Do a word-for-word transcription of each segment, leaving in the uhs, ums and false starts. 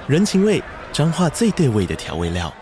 人情味，彰化最对味的调味料。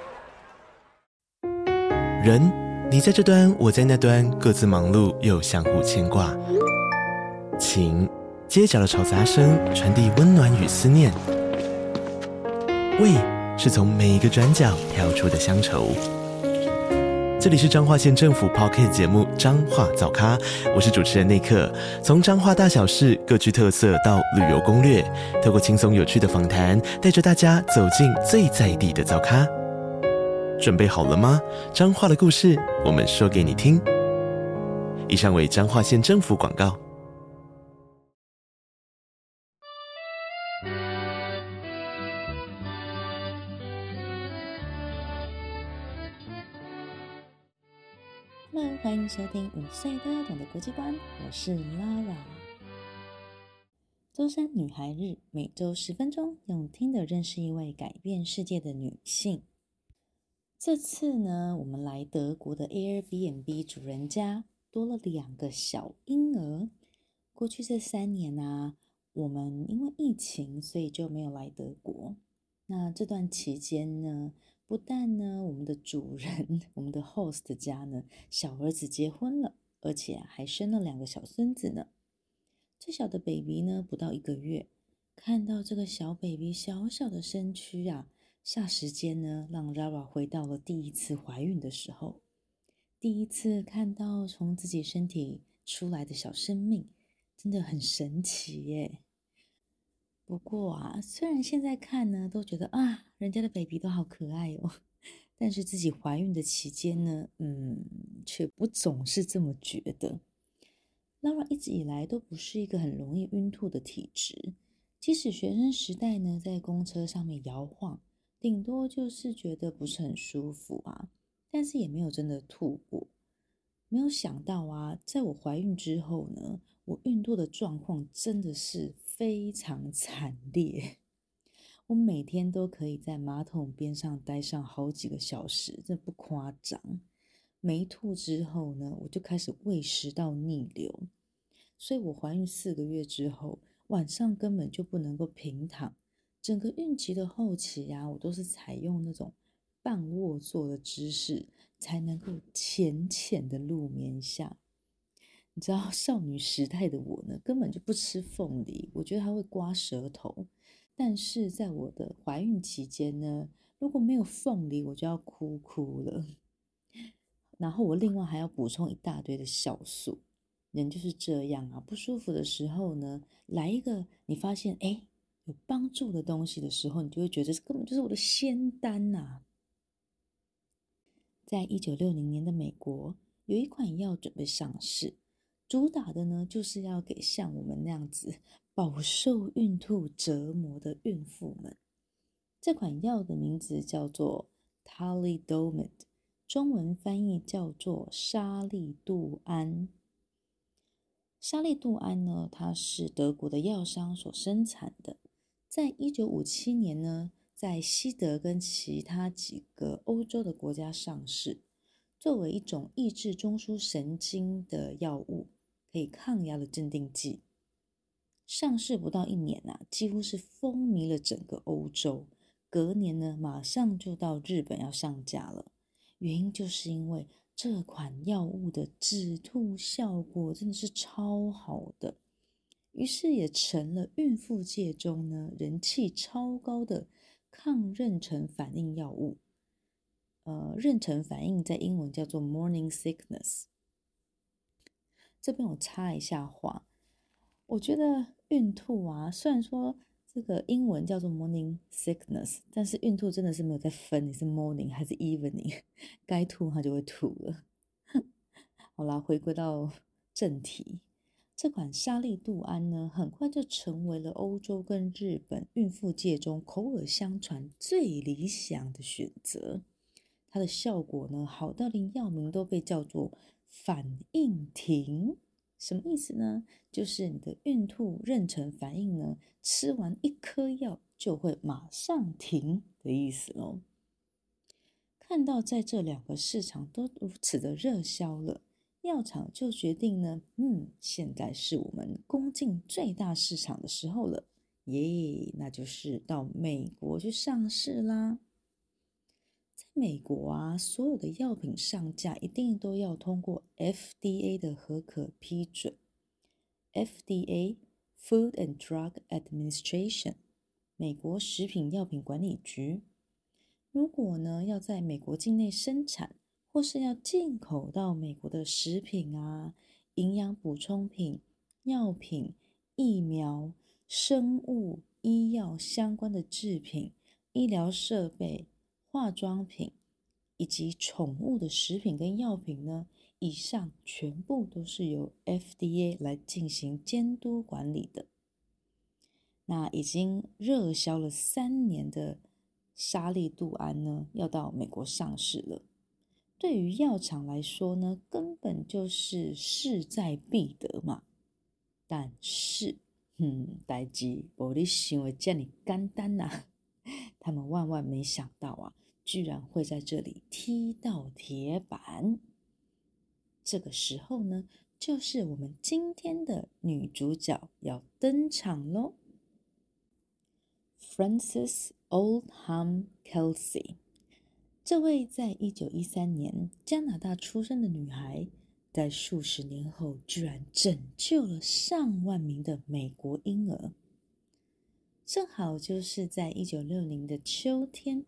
人，你在这端，我在那端，各自忙碌又相互牵挂。情，街角的吵杂声传递温暖与思念。味，是从每一个转角跳出的乡愁。这里是彰化县政府 Podcast 节目《彰化早咖》，我是主持人内克。从彰化大小事各具特色到旅游攻略，透过轻松有趣的访谈，带着大家走进最在地的早咖。准备好了吗？彰化的故事，我们说给你听。以上为彰化县政府广告。 Hello， 欢迎收听五岁都要懂的国际观，我是 Lara。周三女孩日，每周十分钟，用听的认识一位改变世界的女性。这次呢，我们来德国的 Airbnb 主人家多了两个小婴儿。过去这三年啊，我们因为疫情，所以就没有来德国。那这段期间呢，不但呢，我们的主人，我们的 host 家呢，小儿子结婚了，而且还生了两个小孙子呢。最小的 baby 呢，不到一个月，看到这个小 baby 小小的身躯啊，霎时间呢，让 Lara 回到了第一次怀孕的时候，第一次看到从自己身体出来的小生命，真的很神奇耶。不过啊，虽然现在看呢，都觉得啊，人家的 baby 都好可爱哦，但是自己怀孕的期间呢，嗯，却不总是这么觉得。Lara 一直以来都不是一个很容易晕吐的体质，即使学生时代呢，在公车上面摇晃，顶多就是觉得不是很舒服啊，但是也没有真的吐过。没有想到啊，在我怀孕之后呢，我孕吐的状况真的是非常惨烈。我每天都可以在马桶边上待上好几个小时，这不夸张。没吐之后呢，我就开始胃食道逆流，所以我怀孕四个月之后，晚上根本就不能够平躺。整个孕期的后期啊，我都是采用那种半卧坐的姿势，才能够浅浅的入眠下。你知道少女时代的我呢，根本就不吃凤梨，我觉得它会刮舌头。但是在我的怀孕期间呢，如果没有凤梨，我就要哭哭了。然后我另外还要补充一大堆的酵素。人就是这样啊，不舒服的时候呢，来一个你发现哎有帮助的东西的时候，你就会觉得这根本就是我的仙丹啊。在一九六零年的美国，有一款药准备上市，主打的呢就是要给像我们那样子饱受孕吐折磨的孕妇们。这款药的名字叫做 Thalidomide， 中文翻译叫做沙利度胺。沙利度胺呢，它是德国的药商所生产的，在一九五七年呢，在西德跟其他几个欧洲的国家上市，作为一种抑制中枢神经的药物，可以抗压的镇定剂。上市不到一年啊，几乎是风靡了整个欧洲。隔年呢，马上就到日本要上架了。原因就是因为这款药物的止吐效果真的是超好的，于是也成了孕妇界中呢人气超高的抗妊娠反应药物。呃，妊娠反应在英文叫做 morning sickness。这边我插一下话，我觉得孕吐啊，虽然说这个英文叫做 morning sickness， 但是孕吐真的是没有在分你是 morning 还是 evening， 该吐它就会吐了。好啦，回归到正题，这款沙利度胺呢，很快就成为了欧洲跟日本孕妇界中口耳相传最理想的选择。它的效果呢，好到连药名都被叫做反应停。什么意思呢？就是你的孕吐妊娠反应呢，吃完一颗药就会马上停的意思咯。看到在这两个市场都如此的热销了，药厂就决定呢，嗯，现在是我们攻进最大市场的时候了， 耶，那就是到美国去上市啦。在美国啊，所有的药品上架一定都要通过 F D A 的核可批准。F D A（Food and Drug Administration） 美国食品药品管理局。如果呢要在美国境内生产，或是要进口到美国的食品啊、营养补充品、药品、疫苗、生物医药相关的制品、医疗设备、化妆品以及宠物的食品跟药品呢，以上全部都是由 F D A 来进行监督管理的。那已经热销了三年的沙利度胺呢，要到美国上市了。对于药厂来说呢，根本就是势在必得嘛。但是，嗯，代志没你想的这么简单啊！他们万万没想到啊，居然会在这里踢到铁板。这个时候呢，就是我们今天的女主角要登场咯。Frances Oldham Kelsey， 这位在一九一三年加拿大出生的女孩，在数十年后居然拯救了上万名的美国婴儿。正好就是在一九六零的秋天，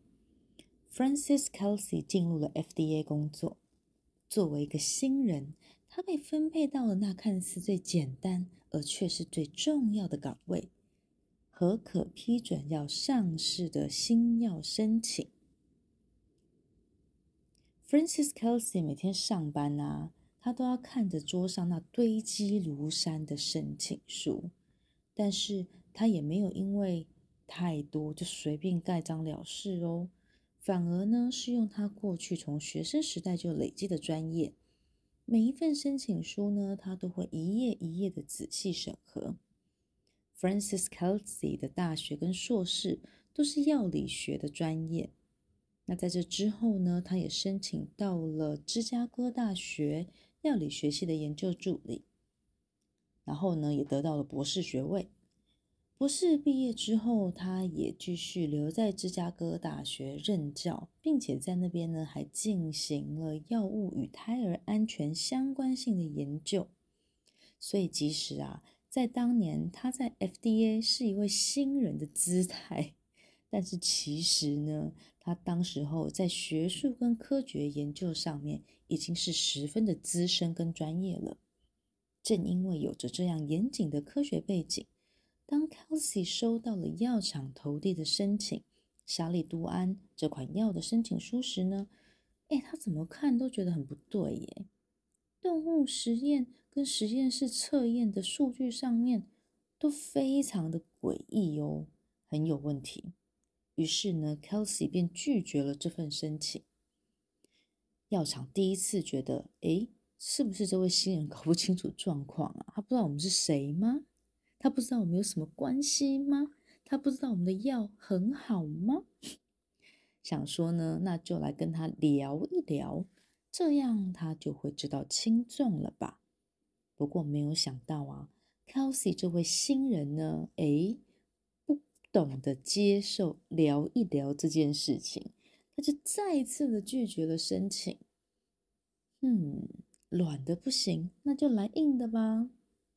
Frances Kelsey 进入了 F D A 工作。作为一个新人，她被分配到了那看似最简单而却是最重要的岗位——核可批准要上市的新药申请。Frances Kelsey 每天上班啊，她都要看着桌上那堆积如山的申请书，但是她也没有因为太多就随便盖章了事哦，反而呢是用她过去从学生时代就累积的专业，每一份申请书呢，她都会一页一页的仔细审核。Frances Kelsey 的大学跟硕士都是药理学的专业。那在这之后呢，他也申请到了芝加哥大学药理学系的研究助理，然后呢，也得到了博士学位。博士毕业之后，他也继续留在芝加哥大学任教，并且在那边呢，还进行了药物与胎儿安全相关性的研究。所以，即使啊，在当年他在 F D A 是一位新人的姿态，但是其实呢，他当时候在学术跟科学研究上面已经是十分的资深跟专业了。正因为有着这样严谨的科学背景，当 Kelsey 收到了药厂投递的申请沙利度胺这款药的申请书时呢，哎，他怎么看都觉得很不对耶。动物实验跟实验室测验的数据上面都非常的诡异哦，很有问题。于是呢 Kelsey 便拒绝了这份申请。药厂第一次觉得，诶，是不是这位新人搞不清楚状况啊？他不知道我们是谁吗？他不知道我们有什么关系吗？他不知道我们的药很好吗？想说呢，那就来跟他聊一聊，这样他就会知道轻重了吧。不过没有想到啊 Kelsey 这位新人呢，诶，不懂得接受聊一聊这件事情，他就再一次的拒绝了申请。嗯，软的不行，那就来硬的吧。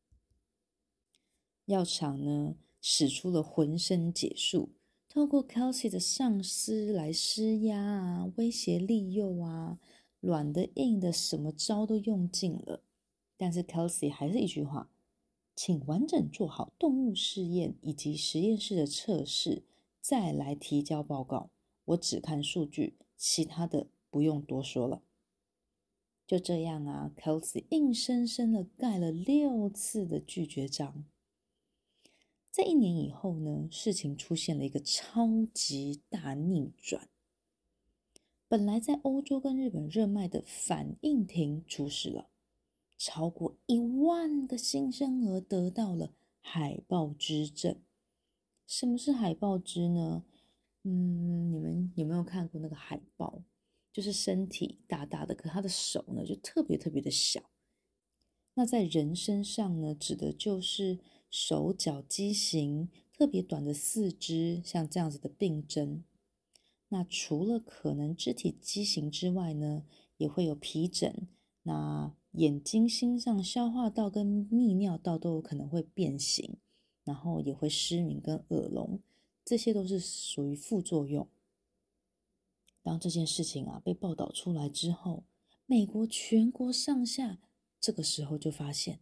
药厂呢，使出了浑身解数，透过 Kelsey 的上司来施压啊，威胁利诱啊，软的硬的什么招都用尽了。但是 Kelsey 还是一句话，请完整做好动物试验以及实验室的测试，再来提交报告。我只看数据，其他的不用多说了。就这样啊 Kelsey 硬生生的盖了六次的拒绝章。在一年以后呢，事情出现了一个超级大逆转。本来在欧洲跟日本热卖的反应停出事了，超过一万个新生儿得到了海豹肢症。什么是海豹肢呢？嗯，你们有没有看过那个海豹？就是身体大大的，可他的手呢就特别特别的小。那在人身上呢，指的就是手脚畸形，特特别短的四肢，像这样子的病症。那除了可能肢体畸形之外呢，也会有皮疹，那眼睛、心脏、消化道跟泌尿道都有可能会变形，然后也会失明跟耳聋，这些都是属于副作用。当这件事情啊被报道出来之后，美国全国上下这个时候就发现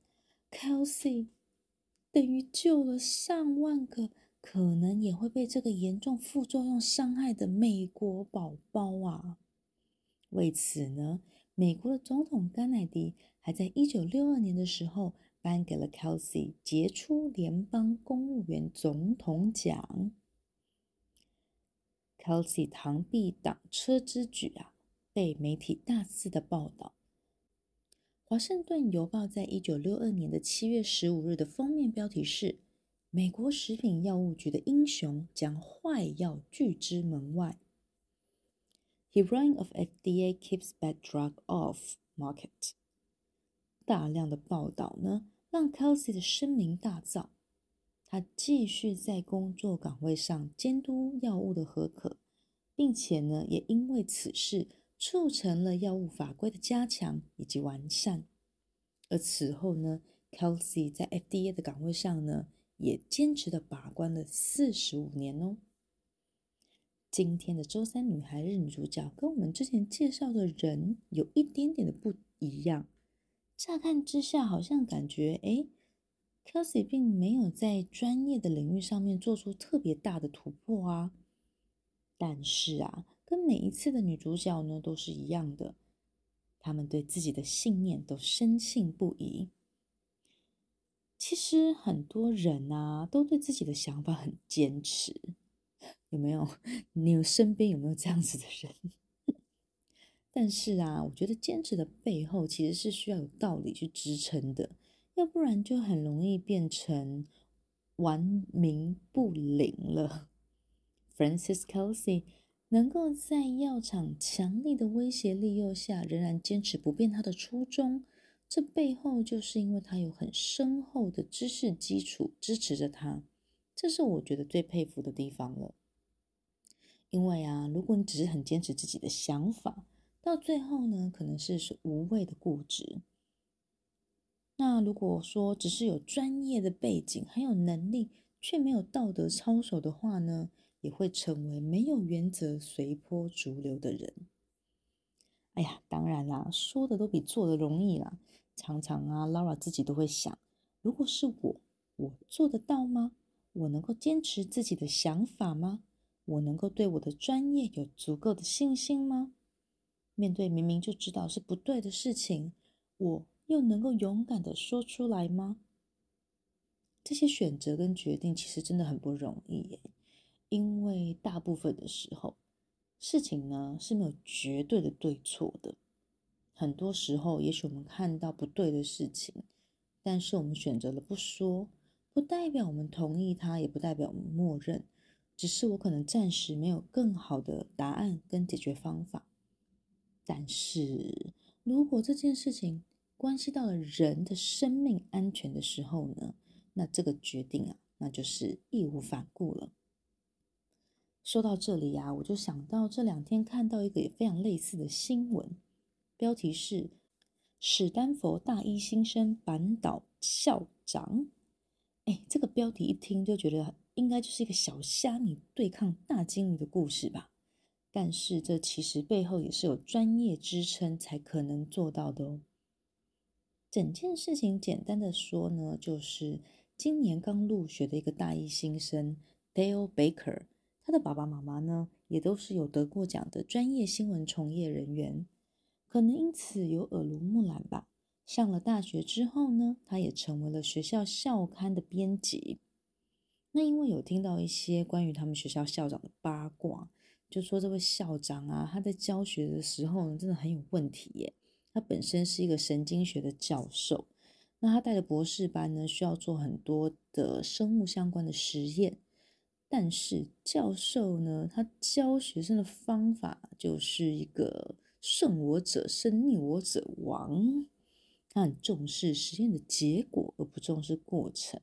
Kelsey 等于救了上万个可能也会被这个严重副作用伤害的美国宝宝啊。为此呢，美国的总统甘乃迪还在一九六二年的时候颁给了 Kelsey 杰出联邦公务员总统奖。Kelsey 螳臂挡车之举啊，被媒体大肆的报道。华盛顿邮报在一九六二年的七月十五日的封面标题是美国食品药物局的英雄将坏药拒之门外。Heroine of F D A keeps bad drug off market。大量的报道呢，让 Kelsey 的声名大噪。他继续在工作岗位上监督药物的合可，并且呢，也因为此事促成了药物法规的加强以及完善。而此后呢 ，Kelsey 在 F D A 的岗位上呢，也坚持的把关了四十五年哦。今天的周三女孩日女主角跟我们之前介绍的人有一点点的不一样。乍看之下，好像感觉诶 Kelsey 并没有在专业的领域上面做出特别大的突破啊。但是啊，跟每一次的女主角呢都是一样的，她们对自己的信念都深信不疑。其实很多人啊，都对自己的想法很坚持，有没有？你有身边有没有这样子的人？但是啊，我觉得坚持的背后其实是需要有道理去支撑的，要不然就很容易变成玩命不灵了。Frances Kelsey 能够在药厂强力的威胁利诱下，仍然坚持不变他的初衷，这背后就是因为他有很深厚的知识基础支持着他，这是我觉得最佩服的地方了。因为啊，如果你只是很坚持自己的想法，到最后呢，可能是是无谓的固执。那如果说只是有专业的背景，很有能力，却没有道德操守的话呢，也会成为没有原则、随波逐流的人。哎呀，当然啦，说的都比做的容易啦。常常啊 ，Laura 自己都会想，如果是我，我做得到吗？我能够坚持自己的想法吗？我能够对我的专业有足够的信心吗？面对明明就知道是不对的事情，我又能够勇敢的说出来吗？这些选择跟决定其实真的很不容易耶，因为大部分的时候，事情呢是没有绝对的对错的。很多时候，也许我们看到不对的事情，但是我们选择了不说，不代表我们同意它，也不代表我们默认，只是我可能暂时没有更好的答案跟解决方法。但是如果这件事情关系到了人的生命安全的时候呢，那这个决定啊，那就是义无反顾了。说到这里啊，我就想到这两天看到一个也非常类似的新闻，标题是史丹佛大一新生扳倒校长。哎，这个标题一听就觉得应该就是一个小虾米对抗大鲸鱼的故事吧。但是这其实背后也是有专业支撑才可能做到的哦。整件事情简单的说呢，就是今年刚入学的一个大一新生 Dale Baker， 他的爸爸妈妈呢也都是有得过奖的专业新闻从业人员，可能因此有耳濡目染吧。上了大学之后呢，他也成为了学校校刊的编辑。那因为有听到一些关于他们学校校长的八卦，就说这位校长啊，他在教学的时候呢，真的很有问题耶。他本身是一个神经学的教授，那他带的博士班呢，需要做很多的生物相关的实验。但是教授呢，他教学生的方法就是一个顺我者生，逆我者亡。他很重视实验的结果，而不重视过程。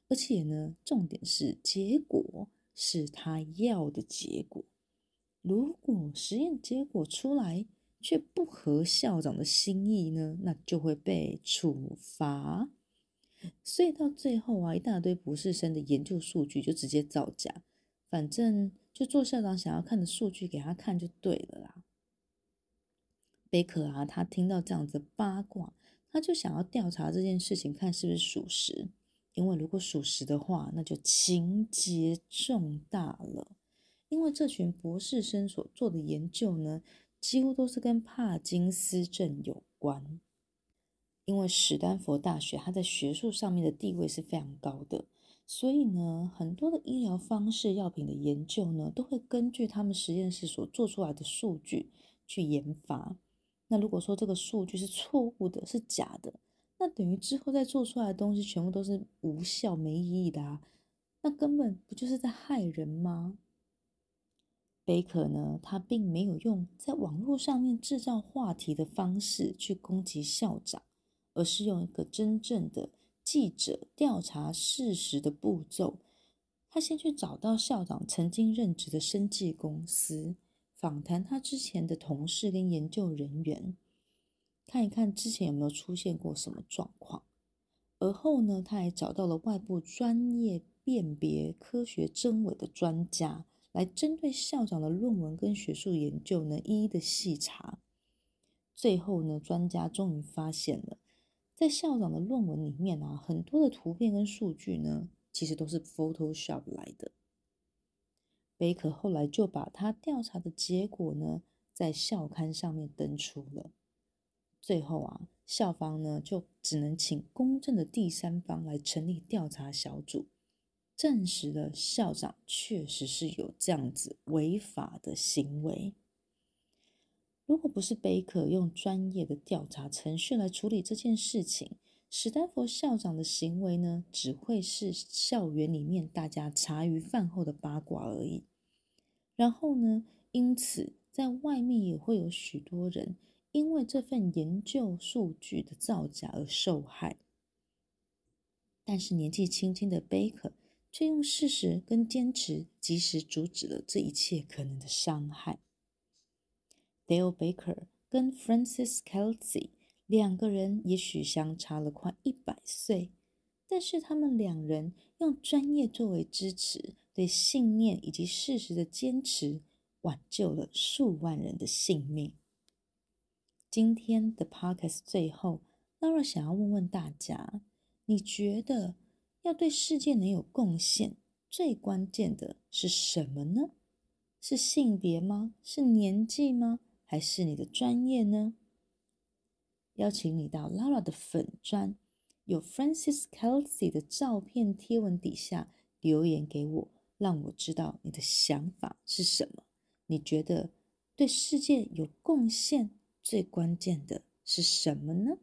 而且呢，重点是结果是他要的结果。如果实验结果出来却不合校长的心意呢，那就会被处罚。所以到最后啊，一大堆博士生的研究数据就直接造假，反正就做校长想要看的数据给他看就对了啦。贝克啊，他听到这样子的八卦，他就想要调查这件事情，看是不是属实。因为如果属实的话，那就情节重大了。因为这群博士生所做的研究呢，几乎都是跟帕金斯症有关。因为史丹佛大学它在学术上面的地位是非常高的，所以呢，很多的医疗方式、药品的研究呢，都会根据他们实验室所做出来的数据去研发。那如果说这个数据是错误的、是假的，那等于之后再做出来的东西全部都是无效、没意义的啊！那根本不就是在害人吗？贝克呢，他并没有用在网络上面制造话题的方式去攻击校长，而是用一个真正的记者调查事实的步骤。他先去找到校长曾经任职的生技公司，访谈他之前的同事跟研究人员，看一看之前有没有出现过什么状况。而后呢，他还找到了外部专业辨别科学真伪的专家，来针对校长的论文跟学术研究呢一一的细查。最后呢，专家终于发现了，在校长的论文里面啊，很多的图片跟数据呢，其实都是 Photoshop 来的。贝克后来就把他调查的结果呢，在校刊上面登出了。最后啊，校方呢就只能请公正的第三方来成立调查小组，证实了校长确实是有这样子违法的行为。如果不是贝克用专业的调查程序来处理这件事情，史丹佛校长的行为呢，只会是校园里面大家茶余饭后的八卦而已。然后呢，因此在外面也会有许多人因为这份研究数据的造假而受害。但是年纪轻轻的贝克却用事实跟坚持及时阻止了这一切可能的伤害。Dale Baker 跟 Francis Kelsey 两个人也许相差了快一百岁，但是他们两人用专业作为支持，对信念以及事实的坚持，挽救了数万人的性命。今天的 podcast 最后 Laura 想要问问大家，你觉得要对世界能有贡献，最关键的是什么呢？是性别吗？是年纪吗？还是你的专业呢？邀请你到 Laura 的粉专，有 Francis Kelsey 的照片贴文底下留言给我，让我知道你的想法是什么。你觉得对世界有贡献最关键的是什么呢？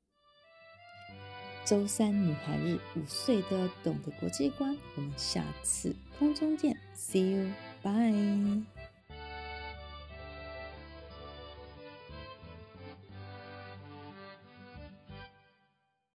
周三女孩日，五岁都要懂的国际观，我们下次空中见 ，See you，bye。